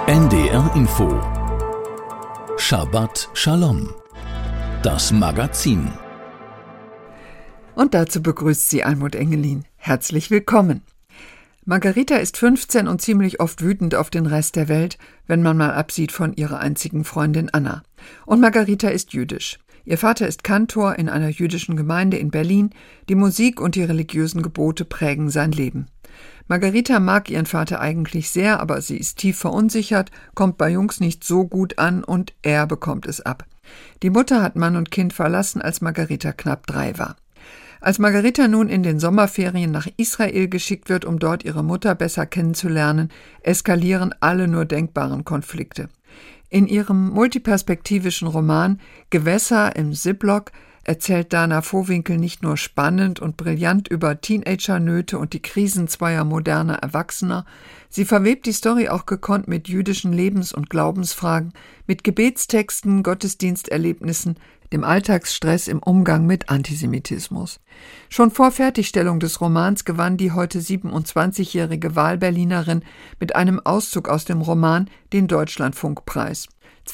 NDR Info Shabbat Shalom, das Magazin. Und dazu begrüßt sie Almut Engelin. Herzlich willkommen. Margarita ist 15 und ziemlich oft wütend auf den Rest der Welt, wenn man mal absieht von ihrer einzigen Freundin Anna. Und Margarita ist jüdisch. Ihr Vater ist Kantor in einer jüdischen Gemeinde in Berlin. Die Musik und die religiösen Gebote prägen sein Leben. Margarita mag ihren Vater eigentlich sehr, aber sie ist tief verunsichert, kommt bei Jungs nicht so gut an und er bekommt es ab. Die Mutter hat Mann und Kind verlassen, als Margarita knapp 3 war. Als Margarita nun in den Sommerferien nach Israel geschickt wird, um dort ihre Mutter besser kennenzulernen, eskalieren alle nur denkbaren Konflikte. In ihrem multiperspektivischen Roman »Gewässer im Ziploc« erzählt Dana Vohwinkel nicht nur spannend und brillant über Teenagernöte und die Krisen zweier moderner Erwachsener, sie verwebt die Story auch gekonnt mit jüdischen Lebens- und Glaubensfragen, mit Gebetstexten, Gottesdiensterlebnissen, dem Alltagsstress im Umgang mit Antisemitismus. Schon vor Fertigstellung des Romans gewann die heute 27-jährige Wahlberlinerin mit einem Auszug aus dem Roman den Deutschlandfunkpreis.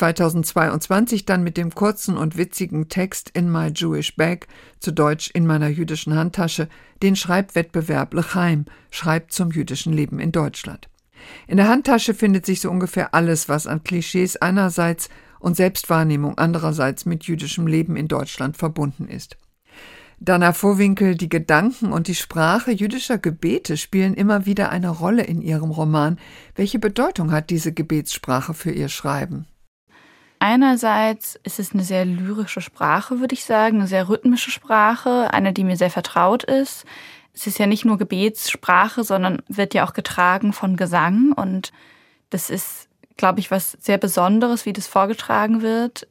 2022 dann mit dem kurzen und witzigen Text In My Jewish Bag, zu Deutsch In meiner jüdischen Handtasche, den Schreibwettbewerb L'chaim, schreibt zum jüdischen Leben in Deutschland. In der Handtasche findet sich so ungefähr alles, was an Klischees einerseits und Selbstwahrnehmung andererseits mit jüdischem Leben in Deutschland verbunden ist. Dana Vohwinkel, die Gedanken und die Sprache jüdischer Gebete spielen immer wieder eine Rolle in ihrem Roman. Welche Bedeutung hat diese Gebetssprache für ihr Schreiben? Einerseits ist es eine sehr lyrische Sprache, würde ich sagen, eine sehr rhythmische Sprache, eine, die mir sehr vertraut ist. Es ist ja nicht nur Gebetssprache, sondern wird ja auch getragen von Gesang. Und das ist, glaube ich, was sehr Besonderes, wie das vorgetragen wird,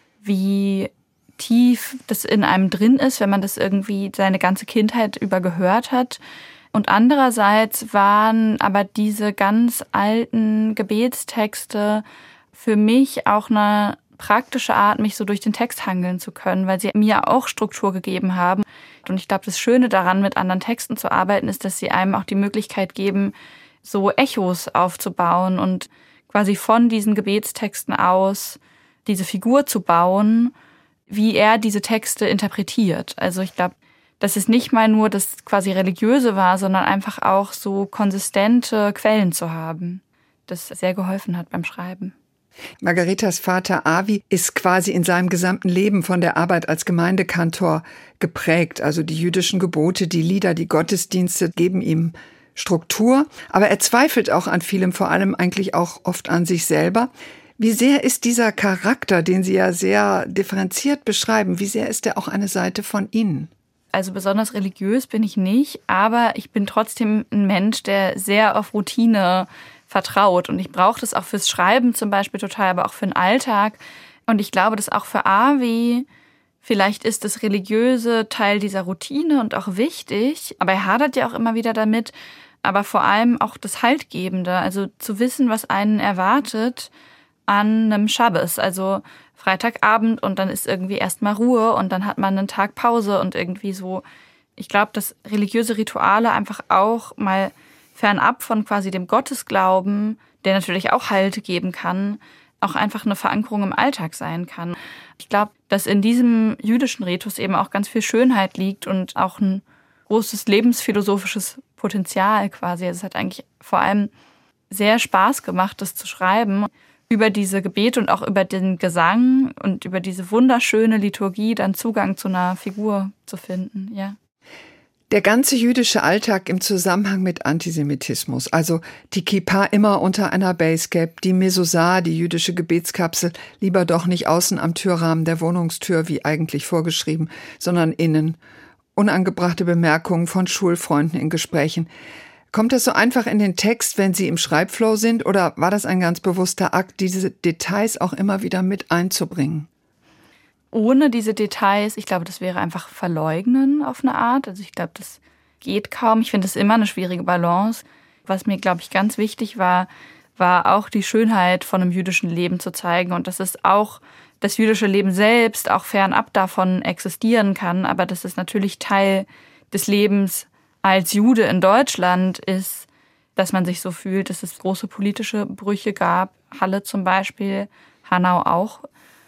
wie tief das in einem drin ist, wenn man das irgendwie seine ganze Kindheit über gehört hat. Und andererseits waren aber diese ganz alten Gebetstexte für mich auch eine praktische Art, mich so durch den Text hangeln zu können, weil sie mir auch Struktur gegeben haben. Und ich glaube, das Schöne daran, mit anderen Texten zu arbeiten, ist, dass sie einem auch die Möglichkeit geben, so Echos aufzubauen und quasi von diesen Gebetstexten aus diese Figur zu bauen, wie er diese Texte interpretiert. Also ich glaube, dass es nicht mal nur das quasi Religiöse war, sondern einfach auch so konsistente Quellen zu haben, das sehr geholfen hat beim Schreiben. Margaritas Vater Avi ist quasi in seinem gesamten Leben von der Arbeit als Gemeindekantor geprägt. Also die jüdischen Gebote, die Lieder, die Gottesdienste geben ihm Struktur. Aber er zweifelt auch an vielem, vor allem eigentlich auch oft an sich selber. Wie sehr ist dieser Charakter, den Sie ja sehr differenziert beschreiben, wie sehr ist er auch eine Seite von Ihnen? Also besonders religiös bin ich nicht, aber ich bin trotzdem ein Mensch, der sehr auf Routine vertraut. Und ich brauche das auch fürs Schreiben zum Beispiel total, aber auch für den Alltag. Und ich glaube, dass auch für Avi vielleicht ist das religiöse Teil dieser Routine und auch wichtig. Aber er hadert ja auch immer wieder damit. Aber vor allem auch das Haltgebende. Also zu wissen, was einen erwartet an einem Schabbes. Also Freitagabend und dann ist irgendwie erstmal Ruhe und dann hat man einen Tag Pause und irgendwie so. Ich glaube, dass religiöse Rituale einfach auch mal fernab von quasi dem Gottesglauben, der natürlich auch Halt geben kann, auch einfach eine Verankerung im Alltag sein kann. Ich glaube, dass in diesem jüdischen Ritus eben auch ganz viel Schönheit liegt und auch ein großes lebensphilosophisches Potenzial quasi. Es hat eigentlich vor allem sehr Spaß gemacht, das zu schreiben, über diese Gebete und auch über den Gesang und über diese wunderschöne Liturgie dann Zugang zu einer Figur zu finden, ja. Der ganze jüdische Alltag im Zusammenhang mit Antisemitismus, also die Kippa immer unter einer Basecap, die Mezuzah, die jüdische Gebetskapsel, lieber doch nicht außen am Türrahmen der Wohnungstür wie eigentlich vorgeschrieben, sondern innen. Unangebrachte Bemerkungen von Schulfreunden in Gesprächen. Kommt das so einfach in den Text, wenn Sie im Schreibflow sind, oder war das ein ganz bewusster Akt, diese Details auch immer wieder mit einzubringen? Ohne diese Details, ich glaube, das wäre einfach verleugnen auf eine Art. Also ich glaube, das geht kaum. Ich finde es immer eine schwierige Balance. Was mir, glaube ich, ganz wichtig war auch die Schönheit von einem jüdischen Leben zu zeigen und dass es auch das jüdische Leben selbst auch fernab davon existieren kann, aber dass es natürlich Teil des Lebens als Jude in Deutschland ist, dass man sich so fühlt, dass es große politische Brüche gab, Halle zum Beispiel, Hanau auch.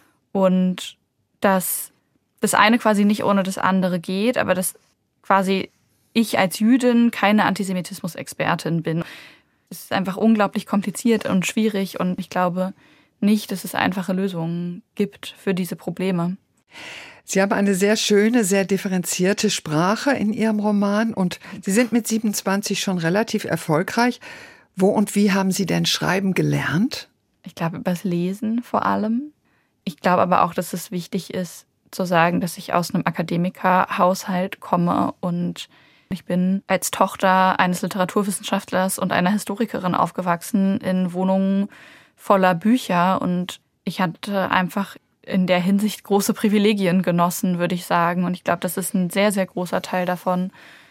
Und dass das eine quasi nicht ohne das andere geht, aber dass quasi ich als Jüdin keine Antisemitismus-Expertin bin. Es ist einfach unglaublich kompliziert und schwierig und ich glaube nicht, dass es einfache Lösungen gibt für diese Probleme. Sie haben eine sehr schöne, sehr differenzierte Sprache in Ihrem Roman und Sie sind mit 27 schon relativ erfolgreich. Wo und wie haben Sie denn Schreiben gelernt? Ich glaube, übers Lesen vor allem. Ich glaube aber auch, dass es wichtig ist, zu sagen, dass ich aus einem Akademikerhaushalt komme und ich bin als Tochter eines Literaturwissenschaftlers und einer Historikerin aufgewachsen in Wohnungen voller Bücher und ich hatte einfach in der Hinsicht große Privilegien genossen, würde ich sagen. Und ich glaube, das ist ein sehr, sehr großer Teil davon,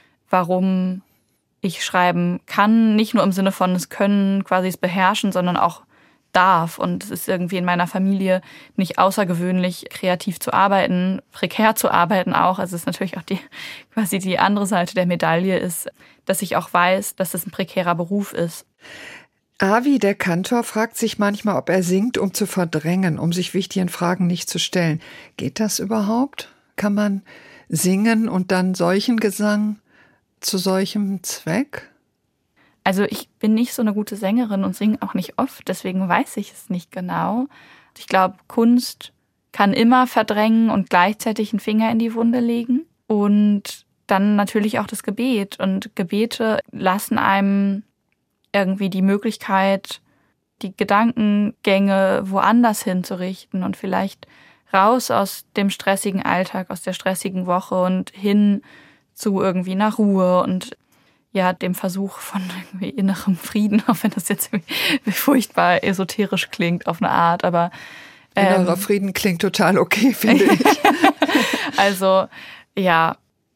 warum ich schreiben kann. Nicht nur im Sinne von es können, quasi es beherrschen, sondern auch darf. Und es ist irgendwie in meiner Familie nicht außergewöhnlich, kreativ zu arbeiten, prekär zu arbeiten auch. Also es ist natürlich auch quasi die andere Seite der Medaille ist, dass ich auch weiß, dass es ein prekärer Beruf ist. Avi, der Kantor, fragt sich manchmal, ob er singt, um zu verdrängen, um sich wichtigen Fragen nicht zu stellen. Geht das überhaupt? Kann man singen und dann solchen Gesang zu solchem Zweck? Also ich bin nicht so eine gute Sängerin und singe auch nicht oft, deswegen weiß ich es nicht genau. Ich glaube, Kunst kann immer verdrängen und gleichzeitig einen Finger in die Wunde legen. Und dann natürlich auch das Gebet. Und Gebete lassen einem irgendwie die Möglichkeit, die Gedankengänge woanders hinzurichten und vielleicht raus aus dem stressigen Alltag, aus der stressigen Woche und hin zu irgendwie einer Ruhe und ja, dem Versuch von irgendwie innerem Frieden, auch wenn das jetzt furchtbar esoterisch klingt auf eine Art, aber innerer Frieden klingt total okay, finde ich. Also, ja.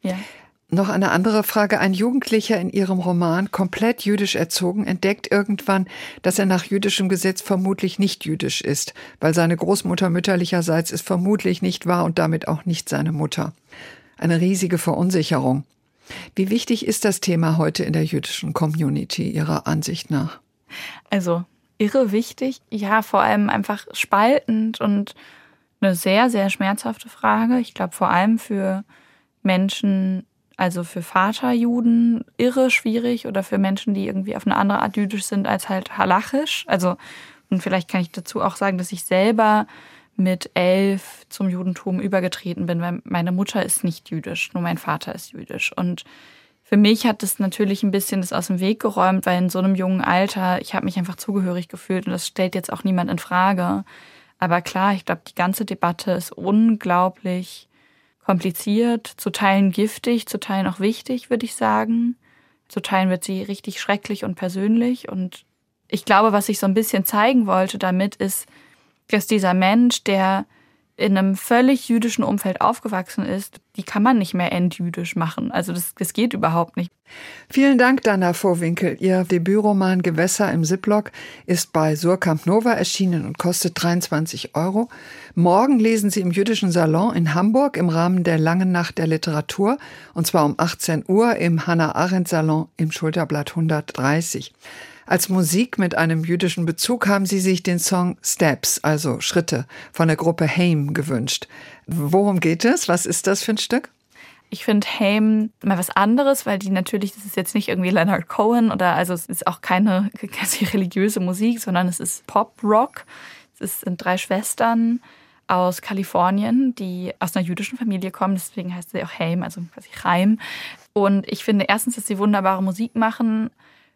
Noch eine andere Frage. Ein Jugendlicher in Ihrem Roman, komplett jüdisch erzogen, entdeckt irgendwann, dass er nach jüdischem Gesetz vermutlich nicht jüdisch ist, weil seine Großmutter mütterlicherseits es vermutlich nicht war und damit auch nicht seine Mutter. Eine riesige Verunsicherung. Wie wichtig ist das Thema heute in der jüdischen Community Ihrer Ansicht nach? Also irre wichtig, ja, vor allem einfach spaltend und eine sehr, sehr schmerzhafte Frage. Ich glaube vor allem für Menschen, also für Vaterjuden irre schwierig oder für Menschen, die irgendwie auf eine andere Art jüdisch sind als halt halachisch. Also, und vielleicht kann ich dazu auch sagen, dass ich selber mit 11 zum Judentum übergetreten bin, weil meine Mutter ist nicht jüdisch, nur mein Vater ist jüdisch. Und für mich hat es natürlich ein bisschen das aus dem Weg geräumt, weil in so einem jungen Alter, ich habe mich einfach zugehörig gefühlt und das stellt jetzt auch niemand in Frage. Aber klar, ich glaube, die ganze Debatte ist unglaublich kompliziert, zu Teilen giftig, zu Teilen auch wichtig, würde ich sagen. Zu Teilen wird sie richtig schrecklich und persönlich. Und ich glaube, was ich so ein bisschen zeigen wollte damit, ist, dass dieser Mensch, der in einem völlig jüdischen Umfeld aufgewachsen ist, die kann man nicht mehr entjüdisch machen. Also das geht überhaupt nicht. Vielen Dank, Dana Vohwinkel. Ihr Debütroman Gewässer im Ziplock ist bei Suhrkamp Nova erschienen und kostet 23 €. Morgen lesen Sie im Jüdischen Salon in Hamburg im Rahmen der Langen Nacht der Literatur, und zwar um 18 Uhr im Hannah-Arendt-Salon im Schulterblatt 130. Als Musik mit einem jüdischen Bezug haben Sie sich den Song Steps, also Schritte, von der Gruppe Haim gewünscht. Worum geht es? Was ist das für ein Stück? Ich finde Haim mal was anderes, weil die natürlich, das ist jetzt nicht irgendwie Leonard Cohen also es ist auch keine religiöse Musik, sondern es ist Pop-Rock. Sind 3 Schwestern aus Kalifornien, die aus einer jüdischen Familie kommen, deswegen heißt sie auch Haim, also quasi Chaim. Und ich finde erstens, dass sie wunderbare Musik machen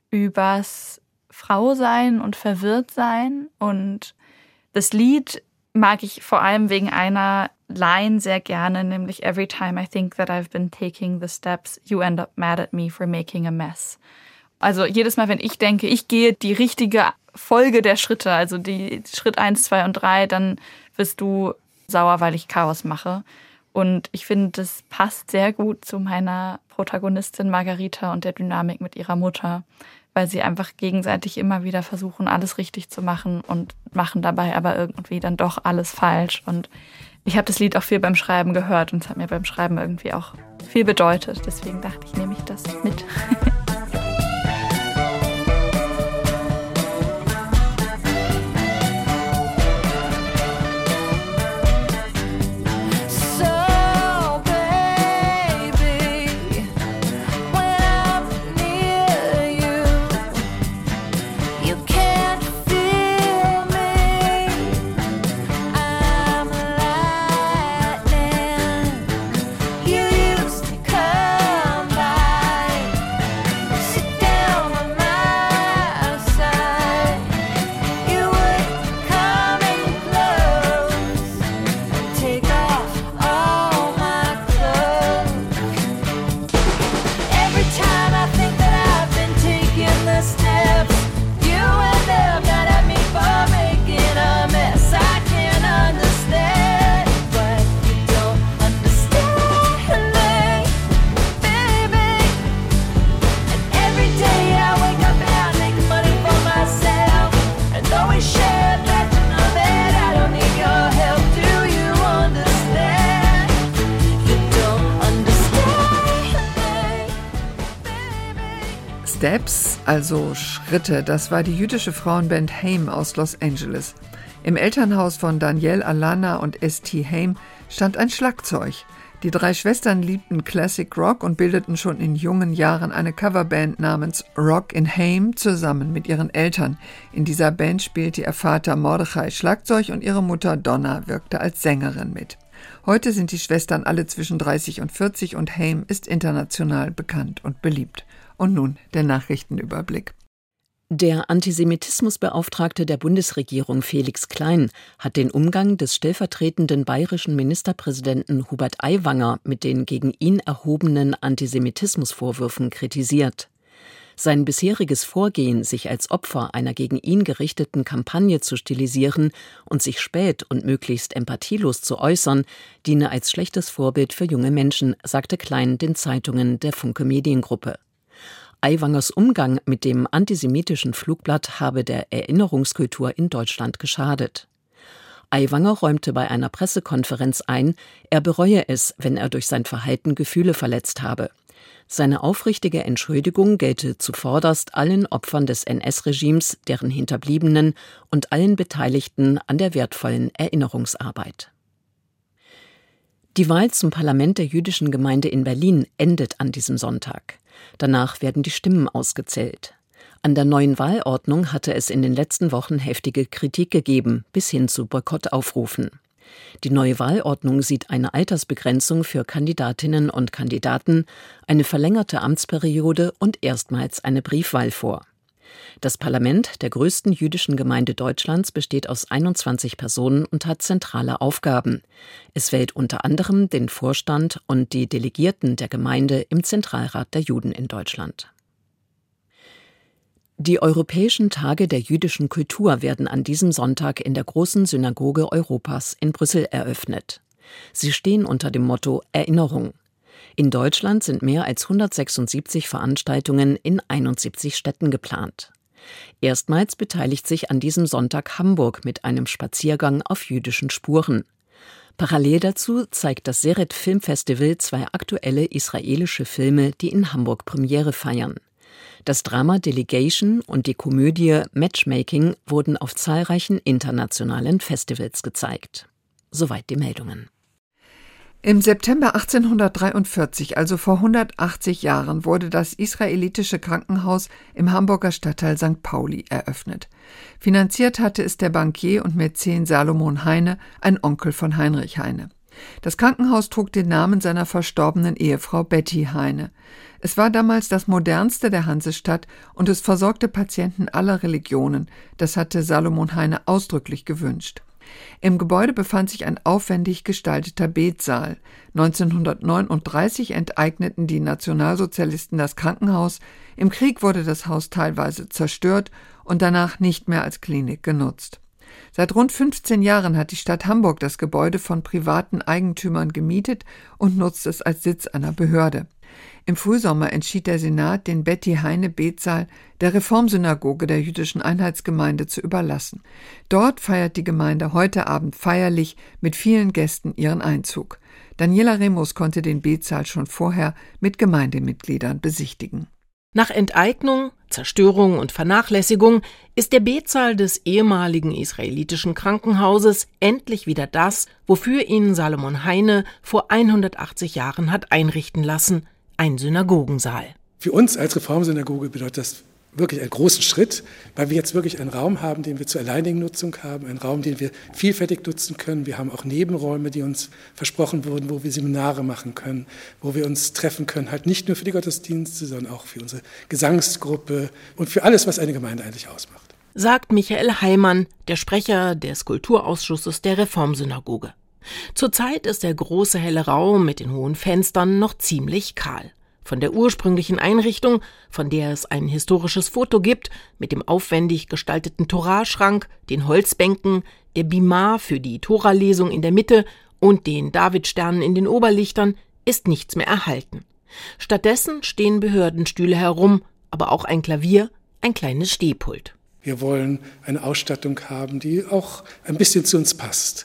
übers Frausein und Verwirrtsein. Und das Lied mag ich vor allem wegen einer Line sehr gerne, nämlich Every time I think that I've been taking the steps, you end up mad at me for making a mess. Also jedes Mal, wenn ich denke, ich gehe die richtige Folge der Schritte, also die Schritt 1, 2 und 3, dann wirst du sauer, weil ich Chaos mache. Und ich finde, das passt sehr gut zu meiner Protagonistin Margarita und der Dynamik mit ihrer Mutter, weil sie einfach gegenseitig immer wieder versuchen, alles richtig zu machen und machen dabei aber irgendwie dann doch alles falsch. Und ich habe das Lied auch viel beim Schreiben gehört und es hat mir beim Schreiben irgendwie auch viel bedeutet. Deswegen dachte ich, nehme ich das mit. Steps, also Schritte, das war die jüdische Frauenband Haim aus Los Angeles. Im Elternhaus von Danielle, Alana und Esti Haim stand ein Schlagzeug. Die 3 Schwestern liebten Classic Rock und bildeten schon in jungen Jahren eine Coverband namens Rock in Haim zusammen mit ihren Eltern. In dieser Band spielte ihr Vater Mordechai Schlagzeug und ihre Mutter Donna wirkte als Sängerin mit. Heute sind die Schwestern alle zwischen 30 und 40 und Haim ist international bekannt und beliebt. Und nun der Nachrichtenüberblick. Der Antisemitismusbeauftragte der Bundesregierung Felix Klein hat den Umgang des stellvertretenden bayerischen Ministerpräsidenten Hubert Aiwanger mit den gegen ihn erhobenen Antisemitismusvorwürfen kritisiert. Sein bisheriges Vorgehen, sich als Opfer einer gegen ihn gerichteten Kampagne zu stilisieren und sich spät und möglichst empathielos zu äußern, diene als schlechtes Vorbild für junge Menschen, sagte Klein den Zeitungen der Funke Mediengruppe. Aiwangers Umgang mit dem antisemitischen Flugblatt habe der Erinnerungskultur in Deutschland geschadet. Aiwanger räumte bei einer Pressekonferenz ein, er bereue es, wenn er durch sein Verhalten Gefühle verletzt habe. Seine aufrichtige Entschuldigung gelte zuvorderst allen Opfern des NS-Regimes, deren Hinterbliebenen und allen Beteiligten an der wertvollen Erinnerungsarbeit. Die Wahl zum Parlament der jüdischen Gemeinde in Berlin endet an diesem Sonntag. Danach werden die Stimmen ausgezählt. An der neuen Wahlordnung hatte es in den letzten Wochen heftige Kritik gegeben, bis hin zu Boykottaufrufen. Die neue Wahlordnung sieht eine Altersbegrenzung für Kandidatinnen und Kandidaten, eine verlängerte Amtsperiode und erstmals eine Briefwahl vor. Das Parlament der größten jüdischen Gemeinde Deutschlands besteht aus 21 Personen und hat zentrale Aufgaben. Es wählt unter anderem den Vorstand und die Delegierten der Gemeinde im Zentralrat der Juden in Deutschland. Die Europäischen Tage der jüdischen Kultur werden an diesem Sonntag in der großen Synagoge Europas in Brüssel eröffnet. Sie stehen unter dem Motto Erinnerung. In Deutschland sind mehr als 176 Veranstaltungen in 71 Städten geplant. Erstmals beteiligt sich an diesem Sonntag Hamburg mit einem Spaziergang auf jüdischen Spuren. Parallel dazu zeigt das Seret Filmfestival 2 aktuelle israelische Filme, die in Hamburg Premiere feiern. Das Drama Delegation und die Komödie Matchmaking wurden auf zahlreichen internationalen Festivals gezeigt. Soweit die Meldungen. Im September 1843, also vor 180 Jahren, wurde das israelitische Krankenhaus im Hamburger Stadtteil St. Pauli eröffnet. Finanziert hatte es der Bankier und Mäzen Salomon Heine, ein Onkel von Heinrich Heine. Das Krankenhaus trug den Namen seiner verstorbenen Ehefrau Betty Heine. Es war damals das modernste der Hansestadt und es versorgte Patienten aller Religionen. Das hatte Salomon Heine ausdrücklich gewünscht. Im Gebäude befand sich ein aufwendig gestalteter Betsaal. 1939 enteigneten die Nationalsozialisten das Krankenhaus. Im Krieg wurde das Haus teilweise zerstört und danach nicht mehr als Klinik genutzt. Seit rund 15 Jahren hat die Stadt Hamburg das Gebäude von privaten Eigentümern gemietet und nutzt es als Sitz einer Behörde. Im Frühsommer entschied der Senat, den Betty-Heine-Betsaal der Reformsynagoge der Jüdischen Einheitsgemeinde zu überlassen. Dort feiert die Gemeinde heute Abend feierlich mit vielen Gästen ihren Einzug. Daniela Remus konnte den Betsaal schon vorher mit Gemeindemitgliedern besichtigen. Nach Enteignung, Zerstörung und Vernachlässigung ist der Betsaal des ehemaligen israelitischen Krankenhauses endlich wieder das, wofür ihn Salomon Heine vor 180 Jahren hat einrichten lassen, ein Synagogensaal. Für uns als Reformsynagoge bedeutet das wirklich einen großen Schritt, weil wir jetzt wirklich einen Raum haben, den wir zur alleinigen Nutzung haben, einen Raum, den wir vielfältig nutzen können. Wir haben auch Nebenräume, die uns versprochen wurden, wo wir Seminare machen können, wo wir uns treffen können, halt nicht nur für die Gottesdienste, sondern auch für unsere Gesangsgruppe und für alles, was eine Gemeinde eigentlich ausmacht. Sagt Michael Heimann, der Sprecher des Kulturausschusses der Reformsynagoge. Zurzeit ist der große helle Raum mit den hohen Fenstern noch ziemlich kahl. Von der ursprünglichen Einrichtung, von der es ein historisches Foto gibt, mit dem aufwendig gestalteten Toraschrank, den Holzbänken, der Bima für die Toralesung in der Mitte und den Davidsternen in den Oberlichtern, ist nichts mehr erhalten. Stattdessen stehen Behördenstühle herum, aber auch ein Klavier, ein kleines Stehpult. Wir wollen eine Ausstattung haben, die auch ein bisschen zu uns passt.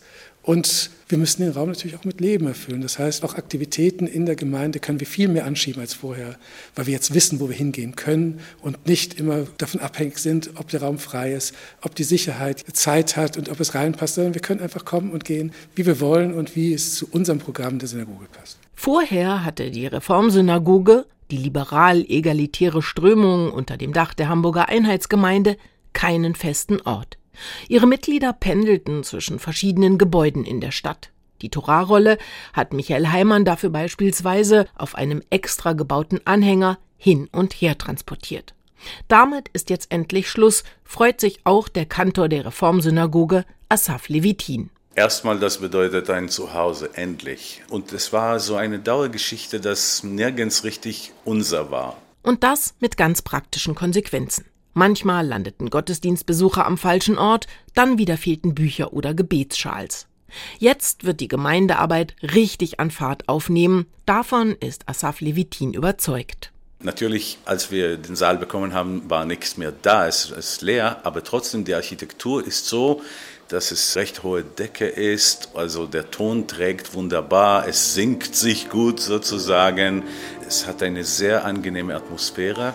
Und wir müssen den Raum natürlich auch mit Leben erfüllen. Das heißt, auch Aktivitäten in der Gemeinde können wir viel mehr anschieben als vorher, weil wir jetzt wissen, wo wir hingehen können und nicht immer davon abhängig sind, ob der Raum frei ist, ob die Sicherheit Zeit hat und ob es reinpasst, sondern wir können einfach kommen und gehen, wie wir wollen und wie es zu unserem Programm der Synagoge passt. Vorher hatte die Reformsynagoge, die liberal-egalitäre Strömung unter dem Dach der Hamburger Einheitsgemeinde, keinen festen Ort. Ihre Mitglieder pendelten zwischen verschiedenen Gebäuden in der Stadt. Die Torahrolle hat Michael Heimann dafür beispielsweise auf einem extra gebauten Anhänger hin und her transportiert. Damit ist jetzt endlich Schluss, freut sich auch der Kantor der Reformsynagoge, Asaf Levitin. Erstmal, das bedeutet ein Zuhause, endlich. Und es war so eine Dauergeschichte, das nirgends richtig unser war. Und das mit ganz praktischen Konsequenzen. Manchmal landeten Gottesdienstbesucher am falschen Ort, dann wieder fehlten Bücher oder Gebetsschals. Jetzt wird die Gemeindearbeit richtig an Fahrt aufnehmen. Davon ist Asaf Levitin überzeugt. Natürlich, als wir den Saal bekommen haben, war nichts mehr da, es ist leer, aber trotzdem die Architektur ist so, dass es recht hohe Decke ist, also der Ton trägt wunderbar, es singt sich gut sozusagen, es hat eine sehr angenehme Atmosphäre.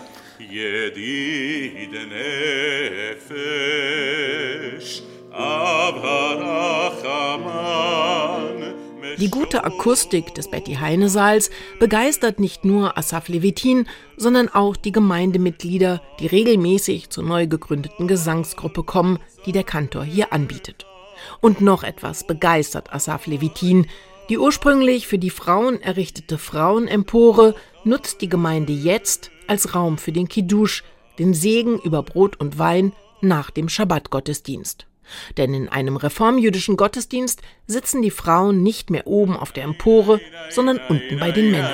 Die gute Akustik des Betty-Heine-Saals begeistert nicht nur Asaf Levitin, sondern auch die Gemeindemitglieder, die regelmäßig zur neu gegründeten Gesangsgruppe kommen, die der Kantor hier anbietet. Und noch etwas begeistert Asaf Levitin. Die ursprünglich für die Frauen errichtete Frauenempore nutzt die Gemeinde jetzt als Raum für den Kiddusch, den Segen über Brot und Wein nach dem Schabbat-Gottesdienst. Denn in einem reformjüdischen Gottesdienst sitzen die Frauen nicht mehr oben auf der Empore, sondern unten bei den Männern.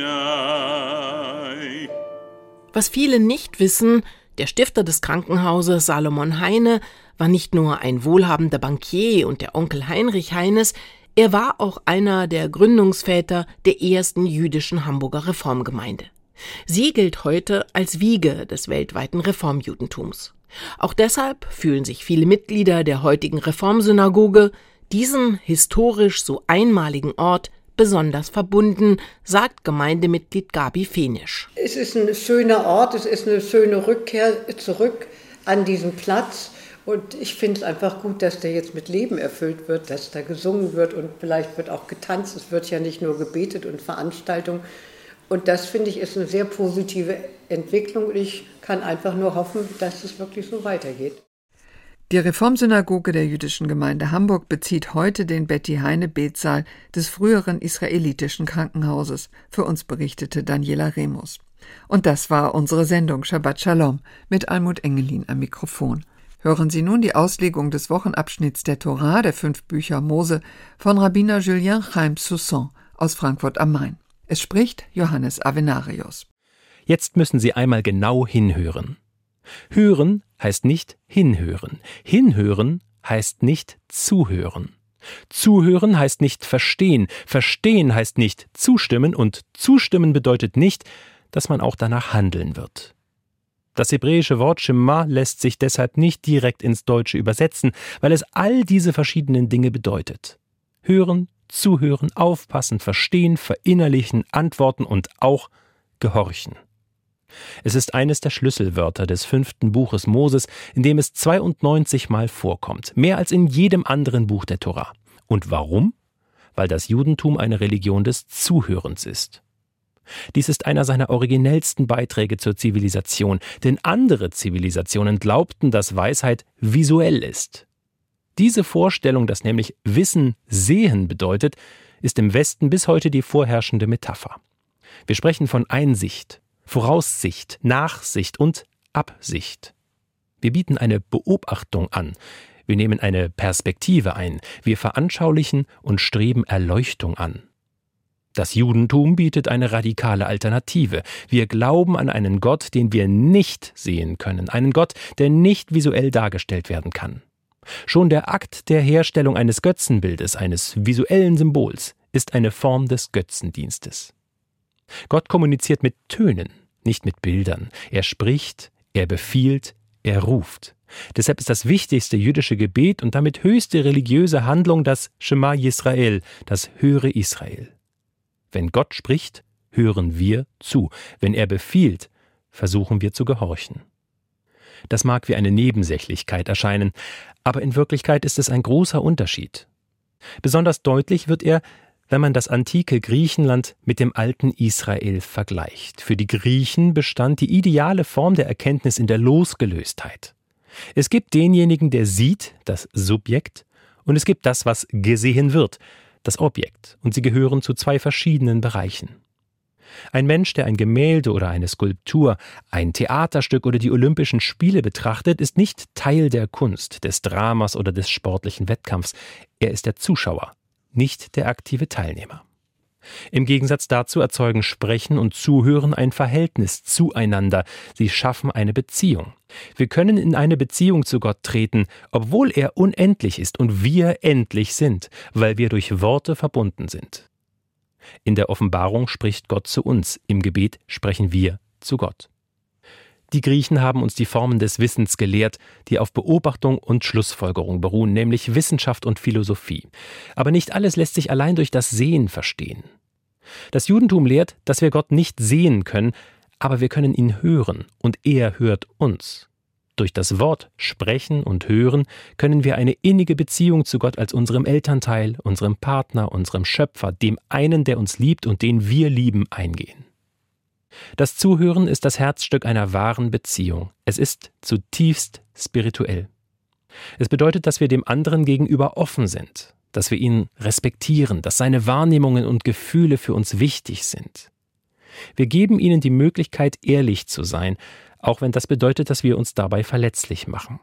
Was viele nicht wissen, der Stifter des Krankenhauses Salomon Heine war nicht nur ein wohlhabender Bankier und der Onkel Heinrich Heines, er war auch einer der Gründungsväter der ersten jüdischen Hamburger Reformgemeinde. Sie gilt heute als Wiege des weltweiten Reformjudentums. Auch deshalb fühlen sich viele Mitglieder der heutigen Reformsynagoge diesem historisch so einmaligen Ort besonders verbunden, sagt Gemeindemitglied Gabi Fenisch. Es ist ein schöner Ort, es ist eine schöne Rückkehr zurück an diesen Platz. Und ich finde es einfach gut, dass der jetzt mit Leben erfüllt wird, dass da gesungen wird und vielleicht wird auch getanzt. Es wird ja nicht nur gebetet und Veranstaltungen. Und das, finde ich, ist eine sehr positive Entwicklung. Und ich kann einfach nur hoffen, dass es wirklich so weitergeht. Die Reformsynagoge der Jüdischen Gemeinde Hamburg bezieht heute den Betty-Heine-Betsaal des früheren israelitischen Krankenhauses. Für uns berichtete Daniela Remus. Und das war unsere Sendung Shabbat Shalom mit Almut Engelin am Mikrofon. Hören Sie nun die Auslegung des Wochenabschnitts der Torah, der 5 Bücher Mose, von Rabbiner Julien Chaim Soussan aus Frankfurt am Main. Es spricht Johannes Avenarius. Jetzt müssen Sie einmal genau hinhören. Hören heißt nicht hinhören. Hinhören heißt nicht zuhören. Zuhören heißt nicht verstehen. Verstehen heißt nicht zustimmen. Und zustimmen bedeutet nicht, dass man auch danach handeln wird. Das hebräische Wort Shema lässt sich deshalb nicht direkt ins Deutsche übersetzen, weil es all diese verschiedenen Dinge bedeutet. Hören, zuhören, aufpassen, verstehen, verinnerlichen, antworten und auch gehorchen. Es ist eines der Schlüsselwörter des 5. Buches Moses, in dem es 92 Mal vorkommt, mehr als in jedem anderen Buch der Tora. Und warum? Weil das Judentum eine Religion des Zuhörens ist. Dies ist einer seiner originellsten Beiträge zur Zivilisation, denn andere Zivilisationen glaubten, dass Weisheit visuell ist. Diese Vorstellung, dass nämlich Wissen Sehen bedeutet, ist im Westen bis heute die vorherrschende Metapher. Wir sprechen von Einsicht, Voraussicht, Nachsicht und Absicht. Wir bieten eine Beobachtung an, wir nehmen eine Perspektive ein, wir veranschaulichen und streben Erleuchtung an. Das Judentum bietet eine radikale Alternative. Wir glauben an einen Gott, den wir nicht sehen können, einen Gott, der nicht visuell dargestellt werden kann. Schon der Akt der Herstellung eines Götzenbildes, eines visuellen Symbols, ist eine Form des Götzendienstes. Gott kommuniziert mit Tönen, nicht mit Bildern. Er spricht, er befiehlt, Er ruft. Deshalb ist das wichtigste jüdische Gebet und damit höchste religiöse Handlung das Shema Yisrael, das Höre Israel. Wenn Gott spricht, hören wir zu. Wenn er befiehlt, versuchen wir zu gehorchen. Das mag wie eine Nebensächlichkeit erscheinen, aber in Wirklichkeit ist es ein großer Unterschied. Besonders deutlich wird er, wenn man das antike Griechenland mit dem alten Israel vergleicht. Für die Griechen bestand die ideale Form der Erkenntnis in der Losgelöstheit. Es gibt denjenigen, der sieht, das Subjekt, und es gibt das, was gesehen wird, das Objekt, und sie gehören zu zwei verschiedenen Bereichen. Ein Mensch, der ein Gemälde oder eine Skulptur, ein Theaterstück oder die Olympischen Spiele betrachtet, ist nicht Teil der Kunst, des Dramas oder des sportlichen Wettkampfs. Er ist der Zuschauer, nicht der aktive Teilnehmer. Im Gegensatz dazu erzeugen Sprechen und Zuhören ein Verhältnis zueinander. Sie schaffen eine Beziehung. Wir können in eine Beziehung zu Gott treten, obwohl er unendlich ist und wir endlich sind, weil wir durch Worte verbunden sind. In der Offenbarung spricht Gott zu uns, im Gebet sprechen wir zu Gott. Die Griechen haben uns die Formen des Wissens gelehrt, die auf Beobachtung und Schlussfolgerung beruhen, nämlich Wissenschaft und Philosophie. Aber nicht alles lässt sich allein durch das Sehen verstehen. Das Judentum lehrt, dass wir Gott nicht sehen können, aber wir können ihn hören und er hört uns. Durch das Wort Sprechen und Hören können wir eine innige Beziehung zu Gott als unserem Elternteil, unserem Partner, unserem Schöpfer, dem einen, der uns liebt und den wir lieben, eingehen. Das Zuhören ist das Herzstück einer wahren Beziehung. Es ist zutiefst spirituell. Es bedeutet, dass wir dem anderen gegenüber offen sind, dass wir ihn respektieren, dass seine Wahrnehmungen und Gefühle für uns wichtig sind. Wir geben ihnen die Möglichkeit, ehrlich zu sein, auch wenn das bedeutet, dass wir uns dabei verletzlich machen.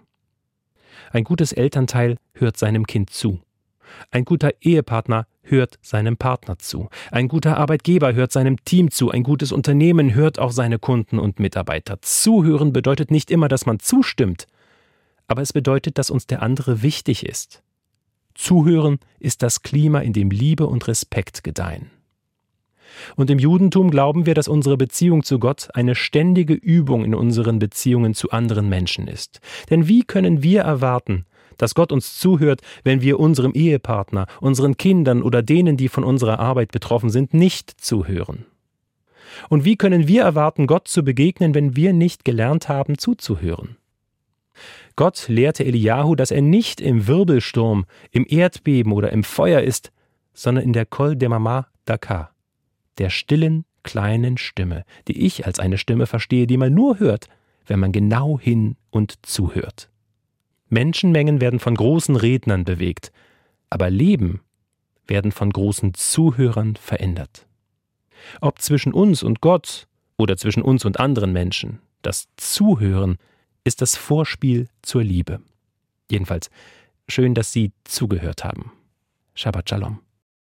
Ein gutes Elternteil hört seinem Kind zu. Ein guter Ehepartner hört seinem Partner zu. Ein guter Arbeitgeber hört seinem Team zu. Ein gutes Unternehmen hört auch seine Kunden und Mitarbeiter. Zuhören bedeutet nicht immer, dass man zustimmt, aber es bedeutet, dass uns der andere wichtig ist. Zuhören ist das Klima, in dem Liebe und Respekt gedeihen. Und im Judentum glauben wir, dass unsere Beziehung zu Gott eine ständige Übung in unseren Beziehungen zu anderen Menschen ist. Denn wie können wir erwarten, dass Gott uns zuhört, wenn wir unserem Ehepartner, unseren Kindern oder denen, die von unserer Arbeit betroffen sind, nicht zuhören? Und wie können wir erwarten, Gott zu begegnen, wenn wir nicht gelernt haben, zuzuhören? Gott lehrte Eliahu, dass er nicht im Wirbelsturm, im Erdbeben oder im Feuer ist, sondern in der Kol Demama Daka, der stillen, kleinen Stimme, die ich als eine Stimme verstehe, die man nur hört, wenn man genau hin und zuhört. Menschenmengen werden von großen Rednern bewegt, aber Leben werden von großen Zuhörern verändert. Ob zwischen uns und Gott oder zwischen uns und anderen Menschen, das Zuhören ist das Vorspiel zur Liebe. Jedenfalls, schön, dass Sie zugehört haben. Shabbat Shalom.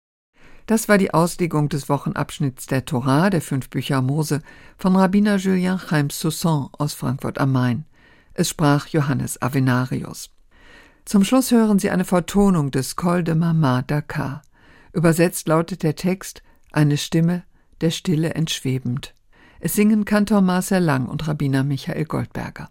Das war die Auslegung des Wochenabschnitts der Torah, der 5 Bücher Mose, von Rabbiner Julien Chaim Soussan aus Frankfurt am Main. Es sprach Johannes Avenarius. Zum Schluss hören Sie eine Vertonung des Kol Demama Daka. Übersetzt lautet der Text: Eine Stimme, der Stille entschwebend. Es singen Kantor Marcel Lang und Rabbiner Michael Goldberger.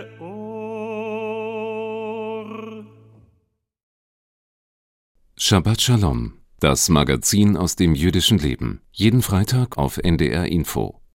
Shabbat Shalom, das Magazin aus dem jüdischen Leben. Jeden Freitag auf NDR Info.